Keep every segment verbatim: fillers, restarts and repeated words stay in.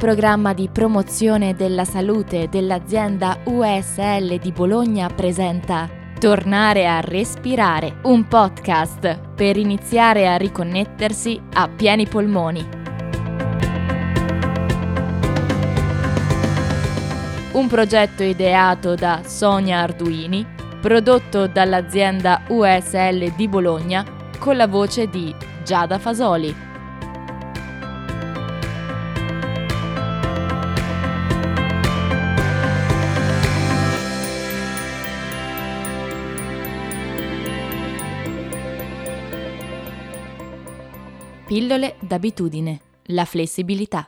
programma di promozione della salute dell'azienda U S L di Bologna presenta Tornare a respirare, un podcast per iniziare a riconnettersi a pieni polmoni. Un progetto ideato da Sonia Arduini, prodotto dall'azienda U S L di Bologna con la voce di Giada Fasoli. Pillole d'abitudine, la flessibilità.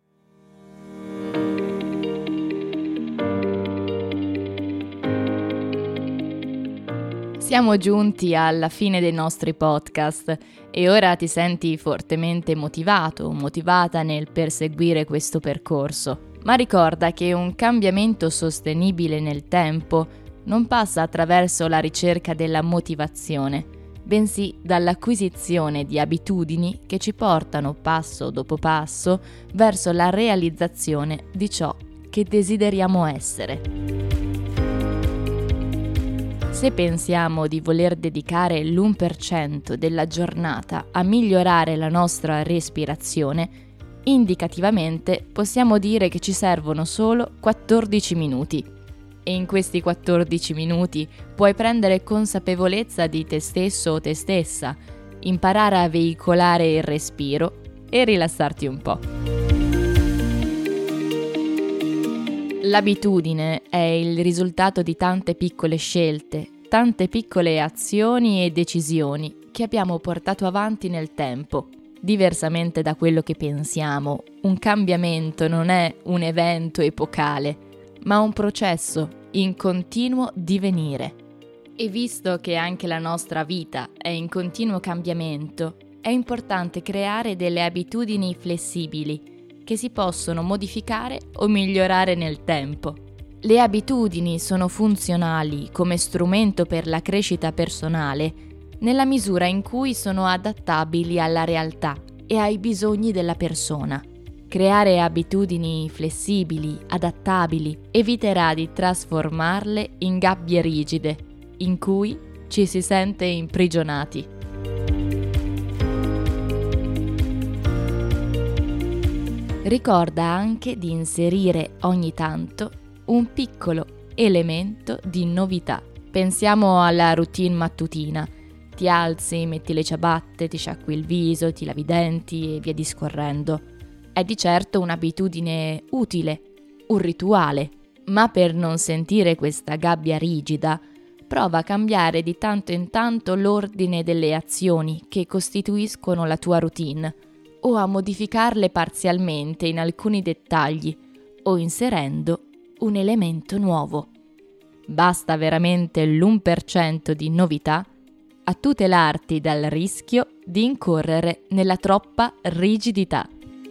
Siamo giunti alla fine dei nostri podcast e ora ti senti fortemente motivato o motivata nel perseguire questo percorso. Ma ricorda che un cambiamento sostenibile nel tempo non passa attraverso la ricerca della motivazione, bensì dall'acquisizione di abitudini che ci portano passo dopo passo verso la realizzazione di ciò che desideriamo essere. Se pensiamo di voler dedicare l'uno per cento della giornata a migliorare la nostra respirazione, indicativamente possiamo dire che ci servono solo quattordici minuti. E in questi quattordici minuti puoi prendere consapevolezza di te stesso o te stessa, imparare a veicolare il respiro e rilassarti un po'. L'abitudine è il risultato di tante piccole scelte, tante piccole azioni e decisioni che abbiamo portato avanti nel tempo. Diversamente da quello che pensiamo, un cambiamento non è un evento epocale, ma un processo in continuo divenire. E visto che anche la nostra vita è in continuo cambiamento, è importante creare delle abitudini flessibili che si possono modificare o migliorare nel tempo. Le abitudini sono funzionali come strumento per la crescita personale nella misura in cui sono adattabili alla realtà e ai bisogni della persona. Creare abitudini flessibili, adattabili, eviterà di trasformarle in gabbie rigide, in cui ci si sente imprigionati. Ricorda anche di inserire ogni tanto un piccolo elemento di novità. Pensiamo alla routine mattutina. Ti alzi, metti le ciabatte, ti sciacqui il viso, ti lavi i denti e via discorrendo. È di certo un'abitudine utile, un rituale, ma per non sentire questa gabbia rigida, prova a cambiare di tanto in tanto l'ordine delle azioni che costituiscono la tua routine, o a modificarle parzialmente in alcuni dettagli, o inserendo un elemento nuovo. Basta veramente l'uno per cento di novità a tutelarti dal rischio di incorrere nella troppa rigidità.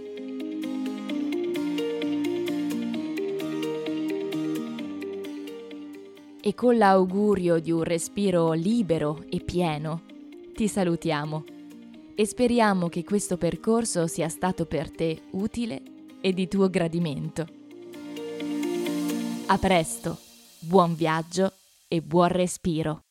E con l'augurio di un respiro libero e pieno, ti salutiamo e speriamo che questo percorso sia stato per te utile e di tuo gradimento. A presto, buon viaggio e buon respiro!